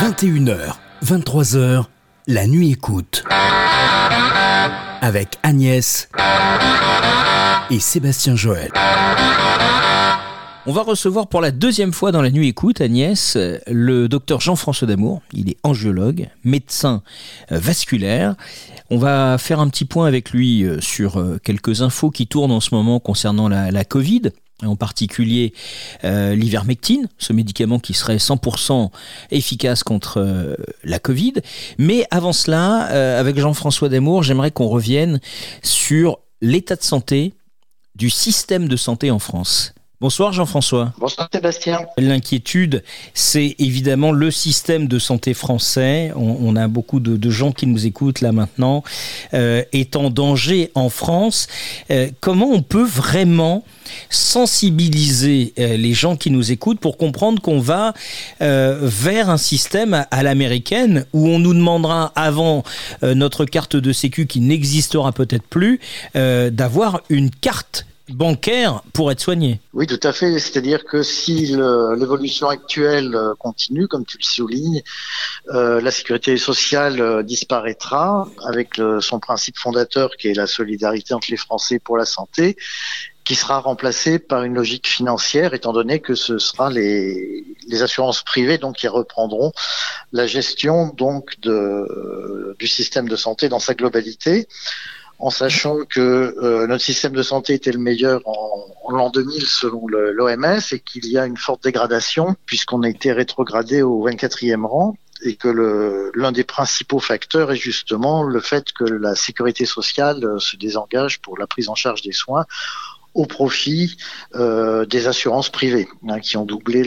21h, 23h, la nuit écoute. Avec Agnès et Sébastien Joël. On va recevoir pour la deuxième fois dans la nuit écoute, Agnès, le docteur Jean-François Damour. Il est angiologue, médecin vasculaire. On va faire un petit point avec lui sur quelques infos qui tournent en ce moment concernant la Covid. En particulier l'ivermectine, ce médicament qui serait 100% efficace contre la Covid. Mais avant cela, avec Jean-François Damour, j'aimerais qu'on revienne sur l'état de santé du système de santé en France. Bonsoir Jean-François. Bonsoir Sébastien. L'inquiétude, c'est évidemment le système de santé français. On a beaucoup de gens qui nous écoutent là maintenant, est en danger en France. Comment on peut vraiment sensibiliser les gens qui nous écoutent pour comprendre qu'on va vers un système à l'américaine où on nous demandera avant notre carte de sécu qui n'existera peut-être plus d'avoir une carte bancaire pour être soigné. Oui, tout à fait. C'est-à-dire que si l'évolution actuelle continue, comme tu le soulignes, la sécurité sociale disparaîtra avec son principe fondateur qui est la solidarité entre les Français pour la santé, qui sera remplacée par une logique financière, étant donné que ce sera les assurances privées donc qui reprendront la gestion donc du système de santé dans sa globalité. En sachant que notre système de santé était le meilleur en l'an 2000 selon l'OMS et qu'il y a une forte dégradation puisqu'on a été rétrogradé au 24e rang et que l'un des principaux facteurs est justement le fait que la sécurité sociale se désengage pour la prise en charge des soins au profit des assurances privées qui ont doublé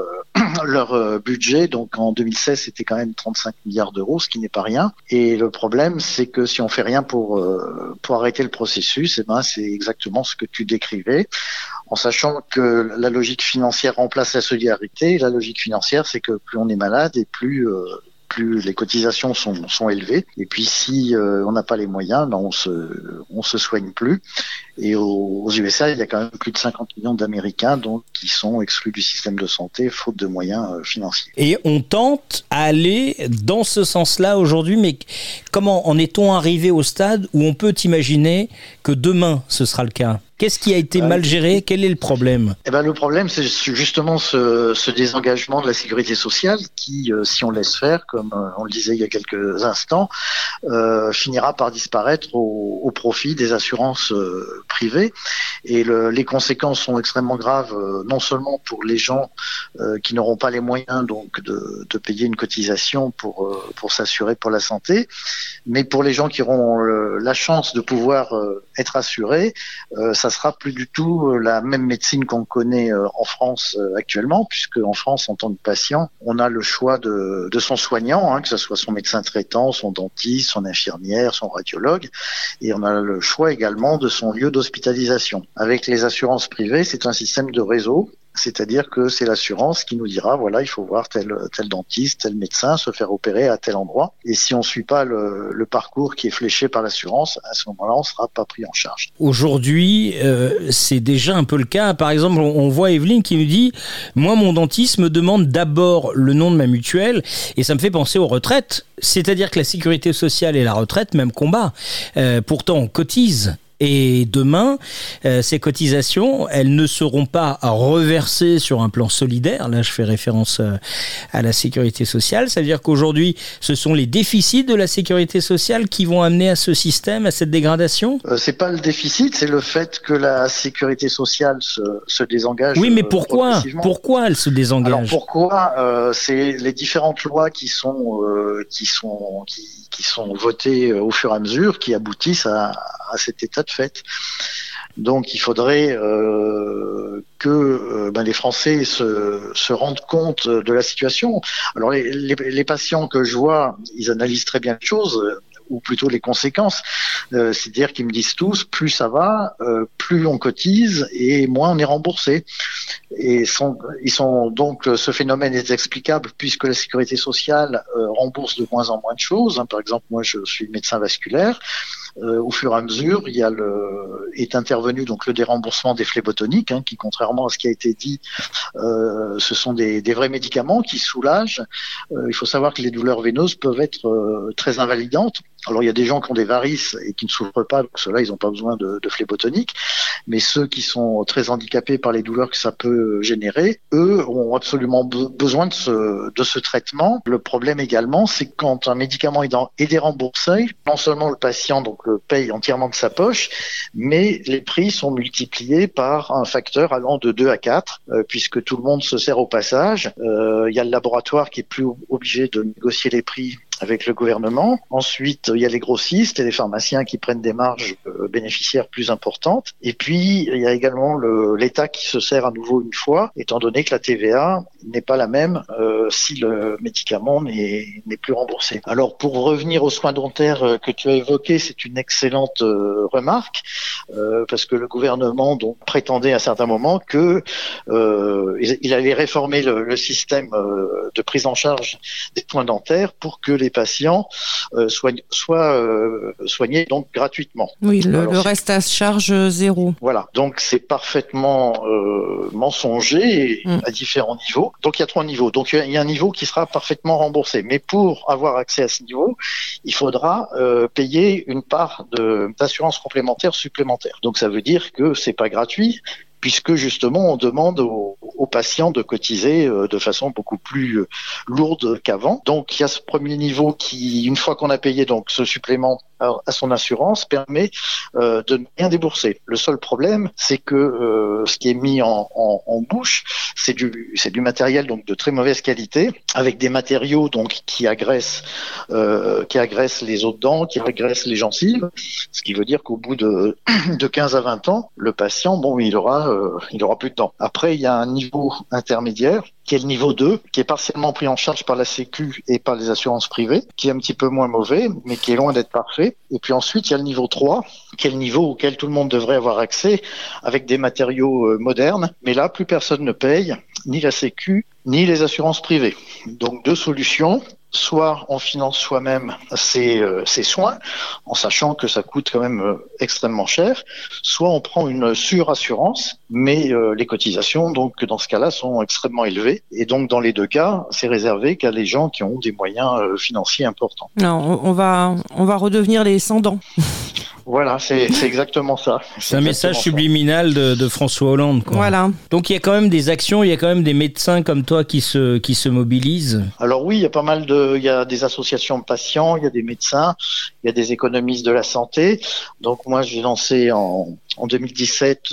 leur budget. Donc en 2016, c'était quand même 35 milliards d'euros, ce qui n'est pas rien. Et le problème, c'est que si on fait rien pour arrêter le processus, c'est exactement ce que tu décrivais, en sachant que la logique financière remplace la solidarité. Et la logique financière, c'est que plus on est malade et plus les cotisations sont élevées. Et puis si on n'a pas les moyens, on se soigne plus. Et aux USA, il y a quand même plus de 50 millions d'Américains donc qui sont exclus du système de santé faute de moyens financiers. Et on tente à aller dans ce sens-là aujourd'hui, mais comment en est-on arrivé au stade où on peut imaginer que demain ce sera le cas ? Qu'est-ce qui a été mal géré ? Quel est le problème ? Le problème, c'est justement ce désengagement de la sécurité sociale qui, si on laisse faire, comme on le disait il y a quelques instants, finira par disparaître au profit des assurances privées. Et les conséquences sont extrêmement graves, non seulement pour les gens qui n'auront pas les moyens donc de payer une cotisation pour s'assurer pour la santé, mais pour les gens qui auront la chance de pouvoir être assurés, ça sera plus du tout la même médecine qu'on connaît en France actuellement, puisque en France, en tant que patient, on a le choix de son soignant, que ce soit son médecin traitant, son dentiste, son infirmière, son radiologue, et on a le choix également de son lieu d'hospitalisation. Avec les assurances privées, c'est un système de réseau. C'est-à-dire que c'est l'assurance qui nous dira, voilà, il faut voir tel dentiste, tel médecin, se faire opérer à tel endroit. Et si on suit pas le parcours qui est fléché par l'assurance, à ce moment-là, on sera pas pris en charge. Aujourd'hui, c'est déjà un peu le cas. Par exemple, on voit Evelyne qui nous dit, moi, mon dentiste me demande d'abord le nom de ma mutuelle et ça me fait penser aux retraites. C'est-à-dire que la sécurité sociale et la retraite, même combat. Pourtant, on cotise. Et demain, ces cotisations, elles ne seront pas reversées sur un plan solidaire. Là, je fais référence à la sécurité sociale. Ça veut dire qu'aujourd'hui, ce sont les déficits de la sécurité sociale qui vont amener à ce système, à cette dégradation ? C'est pas le déficit, c'est le fait que la sécurité sociale se désengage. Oui, mais pourquoi ? Pourquoi elle se désengage ? Alors pourquoi ? C'est les différentes lois qui sont votées au fur et à mesure qui aboutissent à cet état de fait. Donc il faudrait que les Français se rendent compte de la situation. Alors les patients que je vois, ils analysent très bien les choses, ou plutôt les conséquences. C'est-à-dire qu'ils me disent tous, plus ça va, plus on cotise et moins on est remboursé. Et donc ce phénomène est explicable puisque la sécurité sociale rembourse de moins en moins de choses. Par exemple, moi je suis médecin vasculaire. au fur et à mesure, est intervenu donc le déremboursement des phlébotoniques, qui, contrairement à ce qui a été dit, ce sont des vrais médicaments qui soulagent. Il faut savoir que les douleurs veineuses peuvent être très invalidantes. Alors il y a des gens qui ont des varices et qui ne souffrent pas, donc ceux-là ils n'ont pas besoin de phlébotonique, mais ceux qui sont très handicapés par les douleurs que ça peut générer, eux ont absolument besoin de ce traitement. Le problème également, c'est que quand un médicament est déremboursé, non seulement le patient donc le paye entièrement de sa poche, mais les prix sont multipliés par un facteur allant de 2 à 4, puisque tout le monde se sert au passage. Il y a le laboratoire qui est plus obligé de négocier les prix avec le gouvernement. Ensuite, il y a les grossistes et les pharmaciens qui prennent des marges bénéficiaires plus importantes. Et puis, il y a également l'État qui se sert à nouveau une fois, étant donné que la TVA n'est pas la même si le médicament n'est plus remboursé. Alors, pour revenir aux soins dentaires que tu as évoqués, c'est une excellente remarque, parce que le gouvernement donc prétendait à certains moments que il allait réformer le système de prise en charge des soins dentaires pour que les patients soient soignés donc gratuitement. Oui, le reste à charge zéro. Voilà, donc c'est parfaitement mensonger à différents niveaux. Donc il y a 3 niveaux. Donc il y a un niveau qui sera parfaitement remboursé. Mais pour avoir accès à ce niveau, il faudra payer une part d'assurance complémentaire supplémentaire. Donc ça veut dire que c'est pas gratuit, puisque justement on demande aux patients de cotiser de façon beaucoup plus lourde qu'avant. Donc il y a ce premier niveau qui, une fois qu'on a payé donc ce supplément à son assurance, permet de ne rien débourser. Le seul problème, c'est que ce qui est mis en bouche, c'est du matériel donc de très mauvaise qualité, avec des matériaux donc qui agressent les os de dents, qui agressent les gencives, ce qui veut dire qu'au bout de 15 à 20 ans, le patient, il aura plus de dents. Après, il y a un niveau intermédiaire, qui est le niveau 2, qui est partiellement pris en charge par la Sécu et par les assurances privées, qui est un petit peu moins mauvais, mais qui est loin d'être parfait. Et puis ensuite, il y a le niveau 3, qui est le niveau auquel tout le monde devrait avoir accès, avec des matériaux modernes. Mais là, plus personne ne paye, ni la Sécu, ni les assurances privées. Donc 2 solutions. Soit on finance soi-même ses soins, en sachant que ça coûte quand même extrêmement cher, soit on prend une surassurance, mais les cotisations, donc dans ce cas-là, sont extrêmement élevées. Et donc dans les 2 cas, c'est réservé qu'à des gens qui ont des moyens financiers importants. Non, on va redevenir les sans dents. Voilà, c'est exactement ça. C'est un message subliminal de François Hollande, quoi. Voilà. Donc il y a quand même des actions, il y a quand même des médecins comme toi qui se mobilisent. Alors oui, il y a pas mal il y a des associations de patients, il y a des médecins, il y a des économistes de la santé. Donc moi, j'ai lancé en 2017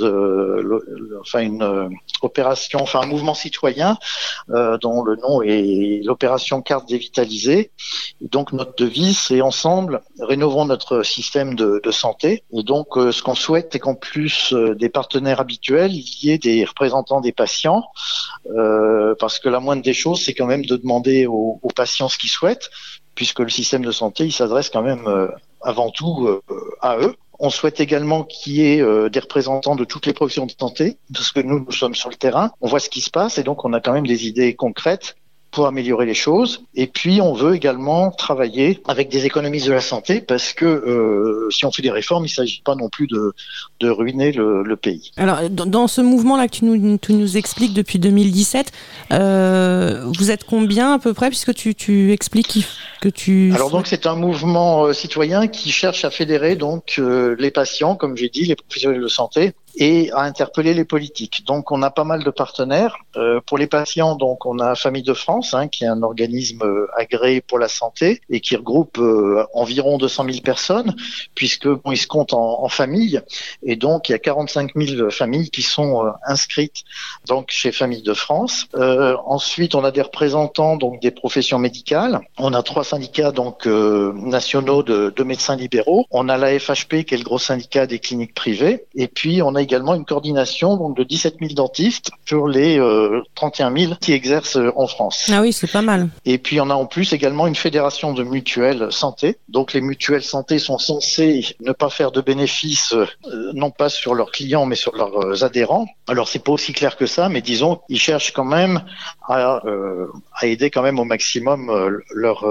un mouvement citoyen dont le nom est l'opération Carte dévitalisée. Et donc notre devise, c'est ensemble rénovons notre système de santé. Et donc ce qu'on souhaite, c'est qu'en plus des partenaires habituels, il y ait des représentants des patients, parce que la moindre des choses, c'est quand même de demander aux patients ce qu'ils souhaitent, puisque le système de santé, il s'adresse quand même avant tout à eux. On souhaite également qu'il y ait des représentants de toutes les professions de santé, parce que nous sommes sur le terrain, on voit ce qui se passe et donc on a quand même des idées concrètes pour améliorer les choses. Et puis, on veut également travailler avec des économistes de la santé parce que si on fait des réformes, il ne s'agit pas non plus de ruiner le pays. Alors, dans ce mouvement-là que tu nous expliques depuis 2017, vous êtes combien à peu près, puisque tu expliques que tu... Alors donc, c'est un mouvement citoyen qui cherche à fédérer donc les patients, comme j'ai dit, les professionnels de santé, et à interpeller les politiques. Donc, on a pas mal de partenaires. Pour les patients, donc, on a Famille de France, qui est un organisme agréé pour la santé et qui regroupe environ 200 000 personnes, puisque ils se comptent en famille. Et donc, il y a 45 000 familles qui sont inscrites donc chez Famille de France. Ensuite, on a des représentants donc des professions médicales. On a 3 syndicats donc nationaux de médecins libéraux. On a la FHP, qui est le gros syndicat des cliniques privées. Et puis, on a également une coordination donc de 17 000 dentistes sur les 31 000 qui exercent en France. Ah oui, c'est pas mal. Et puis on a en plus également une fédération de mutuelles santé. Donc les mutuelles santé sont censées ne pas faire de bénéfices, non pas sur leurs clients, mais sur leurs adhérents. Alors c'est pas aussi clair que ça, mais disons ils cherchent quand même à aider quand même au maximum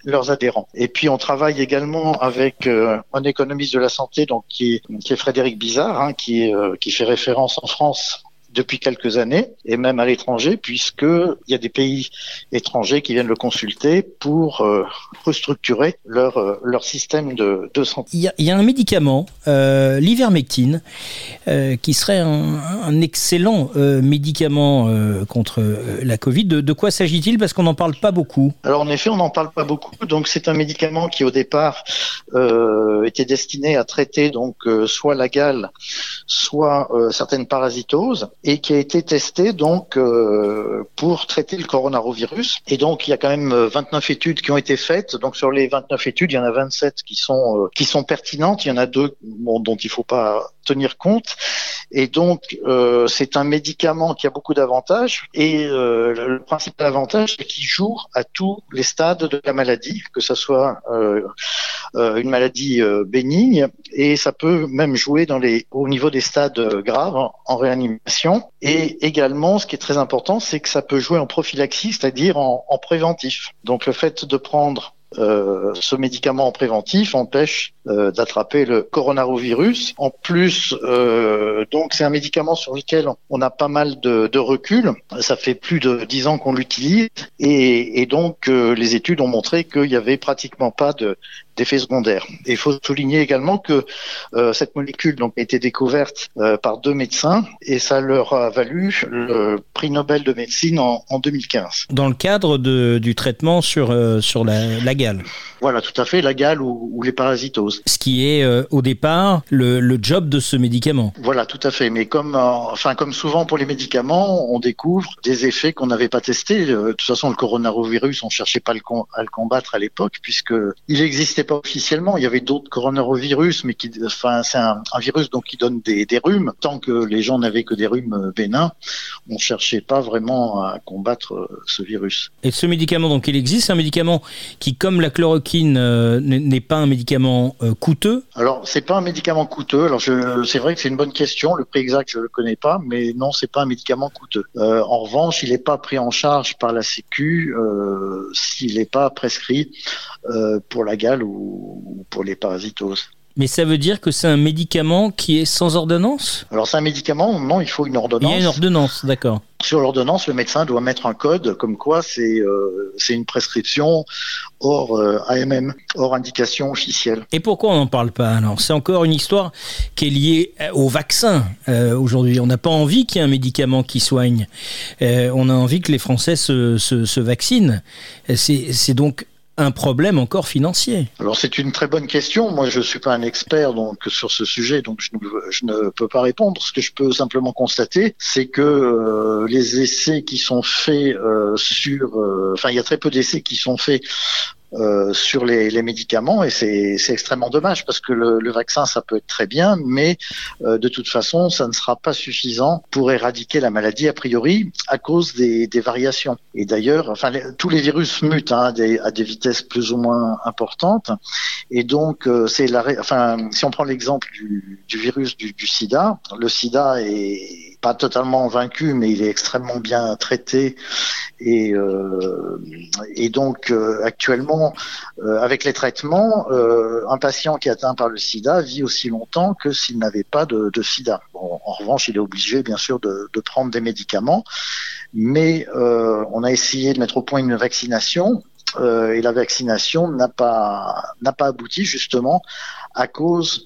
leurs adhérents. Et puis on travaille également avec un économiste de la santé, donc qui est Frédéric Bizard, hein, qui fait référence en France depuis quelques années, et même à l'étranger, puisqu'il y a des pays étrangers qui viennent le consulter pour restructurer leur système de santé. Il y a un médicament, l'ivermectine, qui serait un excellent médicament contre la Covid. De quoi s'agit-il? Parce qu'on n'en parle pas beaucoup. Alors en effet, on n'en parle pas beaucoup. Donc c'est un médicament qui au départ était destiné à traiter donc soit la gale, soit certaines parasitoses, et qui a été testé donc pour traiter le coronavirus. Et donc il y a quand même 29 études qui ont été faites. Donc sur les 29 études, il y en a 27 qui sont pertinentes. Il y en a 2 dont il faut pas tenir compte. Et donc c'est un médicament qui a beaucoup d'avantages. Et le principal avantage, c'est qu'il joue à tous les stades de la maladie, que ce soit une maladie bénigne, et ça peut même jouer au niveau des stades graves, en réanimation. Et également, ce qui est très important, c'est que ça peut jouer en prophylaxie, c'est-à-dire en préventif. Donc le fait de prendre ce médicament en préventif empêche d'attraper le coronavirus. En plus, donc c'est un médicament sur lequel on a pas mal de recul. Ça fait plus de 10 ans qu'on l'utilise, et donc les études ont montré qu'il y avait pratiquement pas d'effets secondaires. Et il faut souligner également que cette molécule donc a été découverte par 2 médecins, et ça leur a valu le prix Nobel de médecine en 2015. Dans le cadre du traitement sur la gale. Voilà, tout à fait, la gale ou les parasitoses. Ce qui est au départ le job de ce médicament. Voilà, tout à fait. Mais comme souvent pour les médicaments, on découvre des effets qu'on n'avait pas testés. De toute façon, le coronavirus, on cherchait pas à le combattre à l'époque, puisque il n'existait pas officiellement. Il y avait d'autres coronavirus, mais c'est un virus donc qui donne des rhumes. Tant que les gens n'avaient que des rhumes bénins, on cherchait pas vraiment à combattre ce virus. Et ce médicament, donc, il existe, c'est un médicament qui, comme la chloroquine, n'est pas un médicament coûteux? Alors, c'est pas un médicament coûteux. Alors, c'est vrai que c'est une bonne question. Le prix exact, je le connais pas, mais non, c'est pas un médicament coûteux. En revanche, il n'est pas pris en charge par la Sécu s'il n'est pas prescrit pour la gale ou pour les parasitoses. Mais ça veut dire que c'est un médicament qui est sans ordonnance? Alors c'est un médicament, non, il faut une ordonnance. Il y a une ordonnance, d'accord. Sur l'ordonnance, le médecin doit mettre un code comme quoi c'est une prescription hors AMM, hors indication officielle. Et pourquoi on n'en parle pas alors? C'est encore une histoire qui est liée au vaccin aujourd'hui. On n'a pas envie qu'il y ait un médicament qui soigne. On a envie que les Français se vaccinent. C'est donc un problème encore financier. Alors c'est une très bonne question. Moi je suis pas un expert donc sur ce sujet, donc je ne peux pas répondre. Ce que je peux simplement constater, c'est que les essais qui sont faits il y a très peu d'essais qui sont faits sur les médicaments, et c'est extrêmement dommage parce que le vaccin ça peut être très bien, mais de toute façon ça ne sera pas suffisant pour éradiquer la maladie a priori à cause des variations. Et d'ailleurs, tous les virus mutent à des vitesses plus ou moins importantes, et donc si on prend l'exemple du virus du sida, le sida est pas totalement vaincu, mais il est extrêmement bien traité, et donc actuellement avec les traitements, un patient qui est atteint par le sida vit aussi longtemps que s'il n'avait pas de sida. Bon, en revanche, il est obligé bien sûr de prendre des médicaments, mais on a essayé de mettre au point une vaccination, et la vaccination n'a pas abouti justement à cause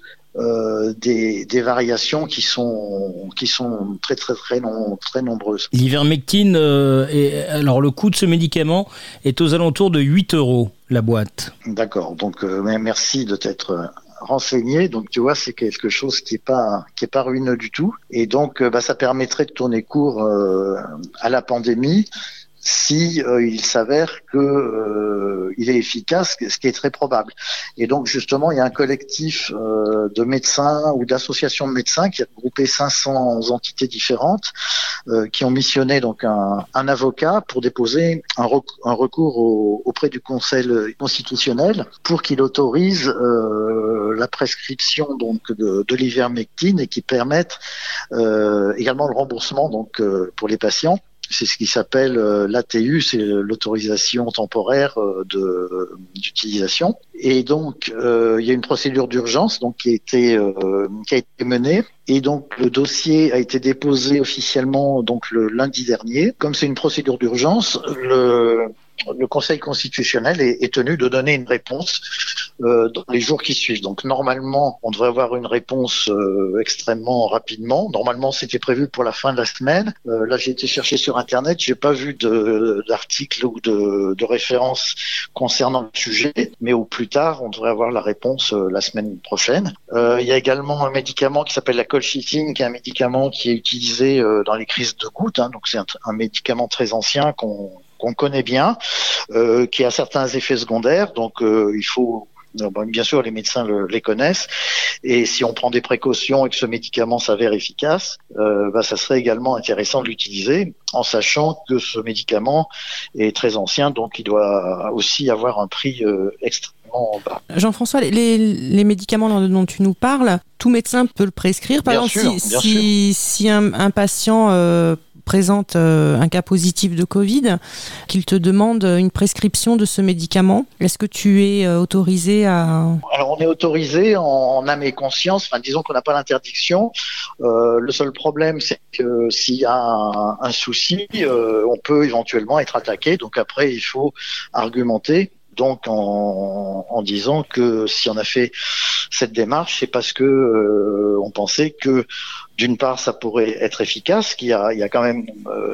des variations qui sont très très très très nombreuses. L'ivermectine, alors le coût de ce médicament est aux alentours de 8 € la boîte. D'accord, donc merci de t'être renseigné. Donc tu vois, c'est quelque chose qui est pas ruineux du tout, et donc ça permettrait de tourner court à la pandémie si il s'avère que il est efficace, ce qui est très probable. Et donc justement, il y a un collectif de médecins ou d'associations de médecins qui a regroupé 500 entités différentes qui ont missionné donc un avocat pour déposer un recours auprès du Conseil constitutionnel pour qu'il autorise la prescription donc de l'ivermectine, et qui permette également le remboursement donc pour les patients. C'est ce qui s'appelle l'ATU, c'est l'autorisation temporaire d'utilisation. Et donc, il y a une procédure d'urgence donc qui a été menée. Et donc, le dossier a été déposé officiellement donc le lundi dernier. Comme c'est une procédure d'urgence, le Conseil constitutionnel est tenu de donner une réponse dans les jours qui suivent. Donc normalement, on devrait avoir une réponse extrêmement rapidement. Normalement, c'était prévu pour la fin de la semaine. Là, j'ai été chercher sur Internet, j'ai pas vu d'article ou de référence concernant le sujet, mais au plus tard, on devrait avoir la réponse la semaine prochaine. Il y a également un médicament qui s'appelle la colchicine, qui est un médicament qui est utilisé dans les crises de gouttes. Donc c'est un médicament très ancien qu'on connaît bien, qui a certains effets secondaires, donc il faut, bien sûr les médecins les connaissent, et si on prend des précautions et que ce médicament s'avère efficace, ça serait également intéressant de l'utiliser, en sachant que ce médicament est très ancien, donc il doit aussi avoir un prix extrêmement bas. Jean-François, les médicaments dont tu nous parles, tout médecin peut le prescrire. Par exemple, si un patient présente un cas positif de Covid, qu'il te demande une prescription de ce médicament, est-ce que tu es autorisé à... Alors on est autorisé en âme et conscience, disons qu'on n'a pas l'interdiction. Le seul problème, c'est que s'il y a un souci, on peut éventuellement être attaqué, donc après il faut argumenter. Donc en disant que si on a fait cette démarche, c'est parce que on pensait que d'une part ça pourrait être efficace, il y a quand même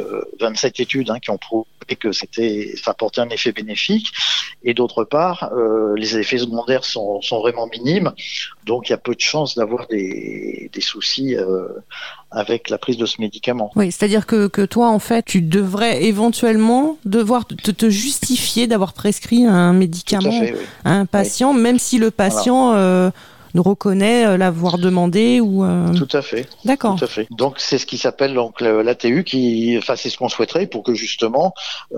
27 études qui ont prouvé que ça apportait un effet bénéfique, et d'autre part les effets secondaires sont vraiment minimes, donc il y a peu de chances d'avoir des soucis avec la prise de ce médicament. Oui, c'est-à-dire que toi, en fait, tu devrais éventuellement devoir te justifier d'avoir prescrit un médicament à un patient, même si le patient reconnaît l'avoir demandé ou. Tout à fait. D'accord. Tout à fait. Donc c'est ce qui s'appelle donc l'ATU, c'est ce qu'on souhaiterait pour que justement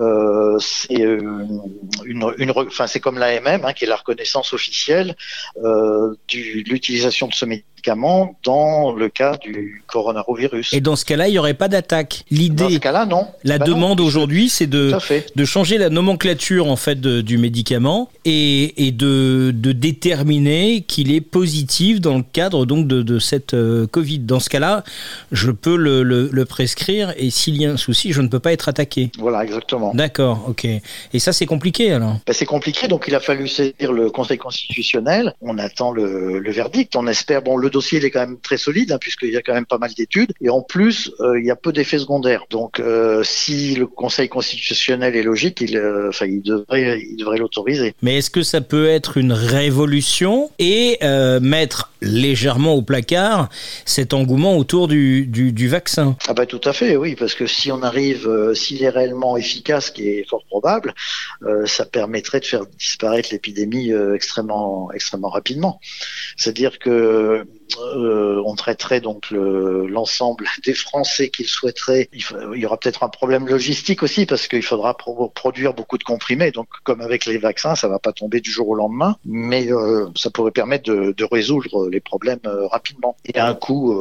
c'est c'est comme l'AMM qui est la reconnaissance officielle de l'utilisation de ce médicament dans le cas du coronavirus. Et dans ce cas-là, il n'y aurait pas d'attaque. L'idée, dans ce cas-là, non. La demande aujourd'hui, c'est de changer la nomenclature en fait du médicament et de déterminer qu'il est positif dans le cadre donc de cette Covid. Dans ce cas-là, je peux le prescrire, et s'il y a un souci, je ne peux pas être attaqué. Voilà, exactement. D'accord, ok. Et ça, c'est compliqué alors. C'est compliqué, donc il a fallu saisir le Conseil constitutionnel. On attend le verdict. On espère. Bon, le dossier il est quand même très solide puisqu'il y a quand même pas mal d'études, et en plus il y a peu d'effets secondaires. Donc si le Conseil constitutionnel est logique, il devrait l'autoriser. Mais est-ce que ça peut être une révolution et mettre légèrement au placard cet engouement autour du vaccin? Tout à fait, oui, parce que si on arrive, s'il est réellement efficace, ce qui est fort probable, ça permettrait de faire disparaître l'épidémie extrêmement rapidement. C'est-à-dire que on traiterait donc l'ensemble des Français qui le souhaiteraient. Il y aura peut-être un problème logistique aussi, parce qu'il faudra produire beaucoup de comprimés. Donc, comme avec les vaccins, ça va pas tomber du jour au lendemain, mais ça pourrait permettre de résoudre les problèmes rapidement, et à un coût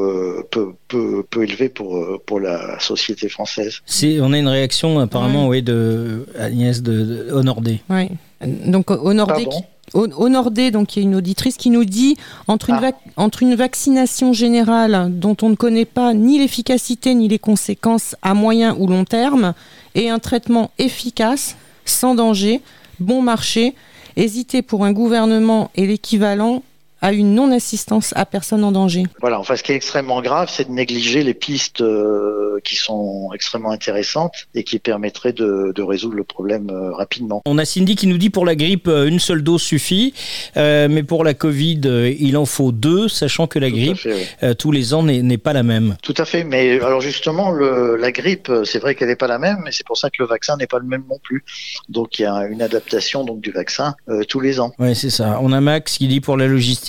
peu élevé pour la société française. On a une réaction apparemment de Agnès de Honordé. Oui. Donc Honordé. Honordé, donc, il y a une auditrice qui nous dit entre une vaccination générale dont on ne connaît pas ni l'efficacité ni les conséquences à moyen ou long terme, et un traitement efficace, sans danger, bon marché, hésiter pour un gouvernement est l'équivalent à une non-assistance à personne en danger. Voilà, ce qui est extrêmement grave, c'est de négliger les pistes qui sont extrêmement intéressantes et qui permettraient de résoudre le problème rapidement. On a Cindy qui nous dit pour la grippe, une seule dose suffit, mais pour la Covid, il en faut 2, sachant que la grippe, tous les ans, n'est pas la même. Tout à fait, mais alors justement, la grippe, c'est vrai qu'elle n'est pas la même, mais c'est pour ça que le vaccin n'est pas le même non plus. Donc il y a une adaptation du vaccin tous les ans. Oui, c'est ça. On a Max qui dit pour la logistique,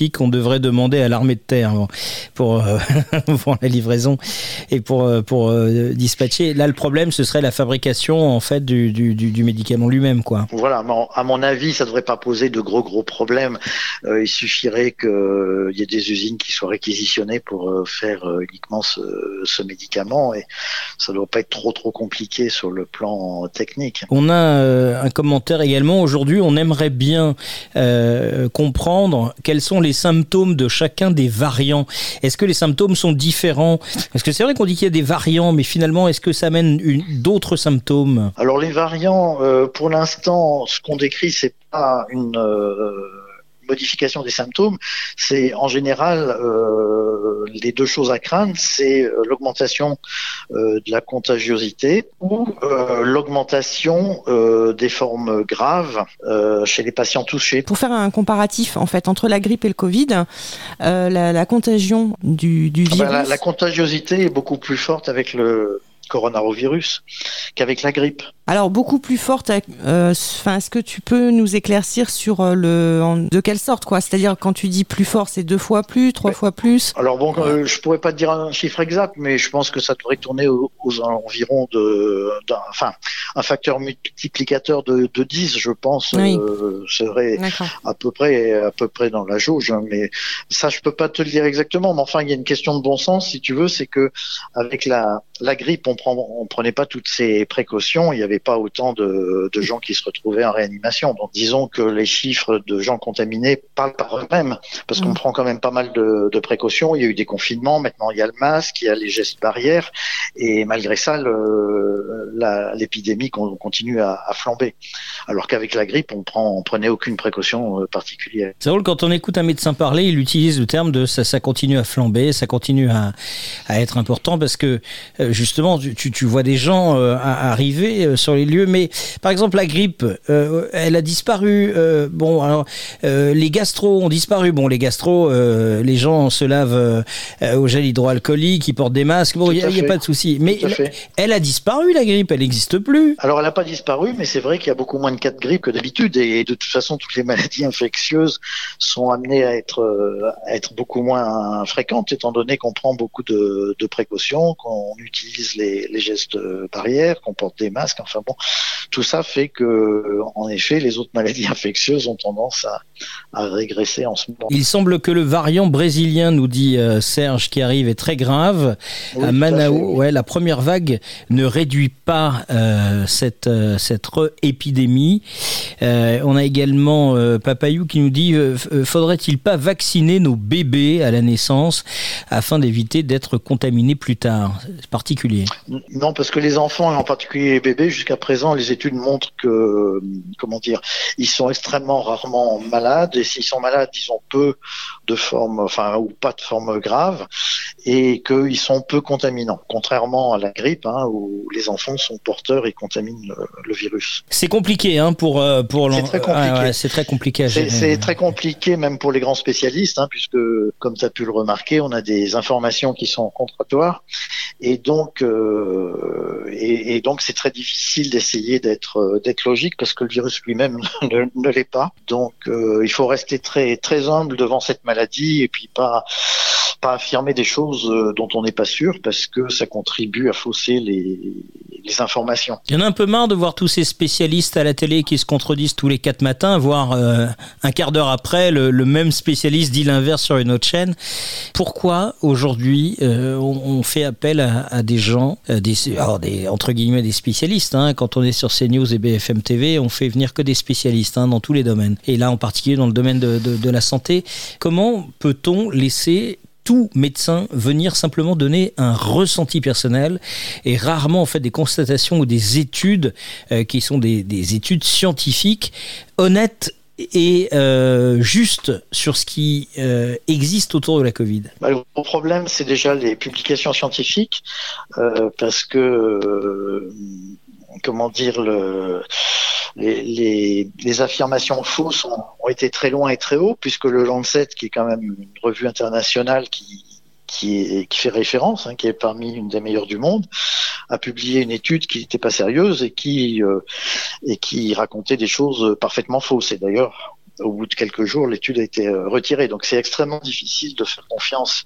logistique qu'on devrait demander à l'armée de terre pour la livraison et pour dispatcher. Là, le problème, ce serait la fabrication en fait du médicament lui-même, quoi. Voilà, à mon avis, ça devrait pas poser de gros problèmes. Il suffirait qu'il y ait des usines qui soient réquisitionnées pour faire uniquement ce médicament, et ça doit pas être trop compliqué sur le plan technique. On a un commentaire également. Aujourd'hui, on aimerait bien comprendre quels sont les symptômes de chacun des variants. Est-ce que les symptômes sont différents? Parce que c'est vrai qu'on dit qu'il y a des variants, mais finalement, est-ce que ça amène d'autres symptômes? Alors les variants, pour l'instant, ce qu'on décrit, c'est pas une modification des symptômes, c'est en général les deux choses à craindre, c'est l'augmentation de la contagiosité ou l'augmentation des formes graves chez les patients touchés. Pour faire un comparatif en fait entre la grippe et le Covid, la contagion du virus... La contagiosité est beaucoup plus forte avec le coronavirus qu'avec la grippe. Alors beaucoup plus forte. Est-ce que tu peux nous éclaircir sur de quelle sorte, quoi? C'est-à-dire quand tu dis plus fort, c'est 2 fois plus, 3 fois plus? Alors bon, je pourrais pas te dire un chiffre exact, mais je pense que ça devrait tourner aux environs un facteur multiplicateur de 10, je pense. Oui. Serait à peu près dans la jauge, hein, mais ça je peux pas te le dire exactement. Mais enfin, il y a une question de bon sens, si tu veux, c'est que avec la grippe, on prenait pas toutes ces précautions. Il y avait pas autant de gens qui se retrouvaient en réanimation. Donc disons que les chiffres de gens contaminés parlent par eux-mêmes, parce qu'on prend quand même pas mal de précautions. Il y a eu des confinements, maintenant il y a le masque, il y a les gestes barrières, et malgré ça, l'épidémie continue à flamber. Alors qu'avec la grippe, on prenait aucune précaution particulière. C'est drôle, quand on écoute un médecin parler, il utilise le terme de ça continue à flamber, ça continue à être important, parce que justement, tu vois des gens arriver sur les lieux, mais par exemple la grippe, elle a disparu. Les gastros ont disparu. Bon, les gastros, les gens se lavent au gel hydroalcoolique, ils portent des masques. Bon, il y a pas de souci. Mais elle a disparu, la grippe. Elle n'existe plus. Alors, elle n'a pas disparu, mais c'est vrai qu'il y a beaucoup moins de cas de grippe que d'habitude, et de toute façon, toutes les maladies infectieuses sont amenées à être beaucoup moins fréquentes, étant donné qu'on prend beaucoup de précautions, qu'on utilise les gestes barrières, qu'on porte des masques. Enfin bon, tout ça fait que, en effet, les autres maladies infectieuses ont tendance à régresser en ce moment. Il semble que le variant brésilien, nous dit Serge, qui arrive, est très grave. Oui, à Manaus, la première vague ne réduit pas cette épidémie. On a également Papayou qui nous dit faudrait-il pas vacciner nos bébés à la naissance afin d'éviter d'être contaminés plus tard? C'est particulier. Non, parce que les enfants, en particulier les bébés, jusqu'à présent, les études montrent que, ils sont extrêmement rarement malades, et s'ils sont malades, ils ont peu de formes, ou pas de formes graves, et qu'ils sont peu contaminants, contrairement à la grippe, où les enfants sont porteurs et contaminent le virus. C'est compliqué, pour c'est très compliqué. C'est très compliqué à gérer. C'est très compliqué, même pour les grands spécialistes, puisque, comme tu as pu le remarquer, on a des informations qui sont contradictoires, et donc c'est très difficile d'essayer d'être logique, parce que le virus lui-même ne l'est pas. Donc il faut rester très très humble devant cette maladie, et puis pas affirmer des choses dont on n'est pas sûr, parce que ça contribue à fausser les informations. Il y en a un peu marre de voir tous ces spécialistes à la télé qui se contredisent tous les 4 matins, voire un quart d'heure après, le même spécialiste dit l'inverse sur une autre chaîne. Pourquoi aujourd'hui on fait appel à des gens, entre guillemets des spécialistes, quand on est sur CNews et BFM TV, on fait venir que des spécialistes dans tous les domaines. Et là en particulier dans le domaine de la santé. Comment peut-on laisser tout médecin venir simplement donner un ressenti personnel et rarement en fait des constatations ou des études qui sont des études scientifiques honnêtes et juste sur ce qui existe autour de la Covid? Le gros problème, c'est déjà les publications scientifiques, parce que les affirmations fausses ont été très loin et très haut, puisque le Lancet, qui est quand même une revue internationale qui fait référence, qui est parmi une des meilleures du monde, a publié une étude qui n'était pas sérieuse et qui racontait des choses parfaitement fausses. Et d'ailleurs, au bout de quelques jours, l'étude a été retirée. Donc c'est extrêmement difficile de faire confiance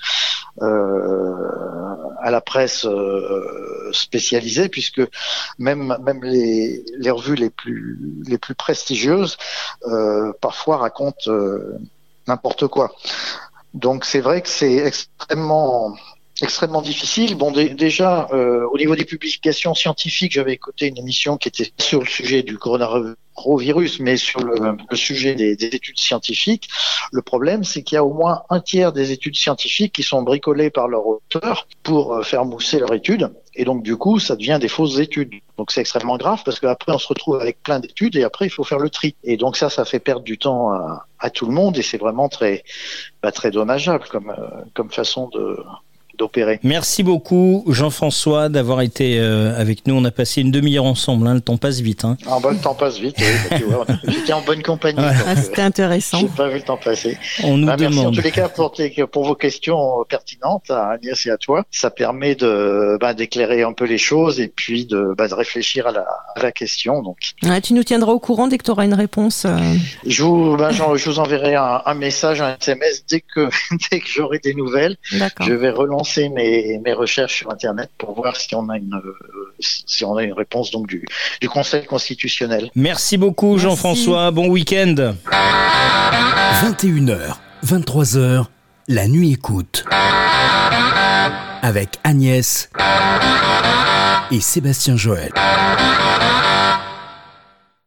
à la presse spécialisée, puisque même les revues les plus prestigieuses parfois racontent n'importe quoi. Donc c'est vrai que c'est extrêmement difficile. Bon, déjà, au niveau des publications scientifiques, j'avais écouté une émission qui était sur le sujet du coronavirus, mais sur le sujet des études scientifiques. Le problème, c'est qu'il y a au moins un tiers des études scientifiques qui sont bricolées par leur auteur pour faire mousser leur étude. Et donc, du coup, ça devient des fausses études. Donc, c'est extrêmement grave parce qu'après, on se retrouve avec plein d'études et après, il faut faire le tri. Et donc, ça fait perdre du temps à tout le monde et c'est vraiment très dommageable comme façon d'opérer. Merci beaucoup Jean-François d'avoir été avec nous. On a passé une demi-heure ensemble, le temps passe vite. Ah bah, le temps passe vite, oui. J'étais en bonne compagnie. Ouais. C'était intéressant. J'ai pas vu le temps passer. On nous merci demande. En tous les cas pour vos questions pertinentes à Agnès et à toi. Ça permet d'éclairer un peu les choses et puis de réfléchir à la question. Donc. Ouais, tu nous tiendras au courant dès que tu auras une réponse. Je vous enverrai un message, un SMS dès que j'aurai des nouvelles. D'accord. Je vais relancer mes recherches sur Internet pour voir si on a une réponse donc du Conseil constitutionnel. Merci beaucoup Jean-François, bon week-end. 21h, 23h, la nuit écoute. Avec Agnès et Sébastien Joël.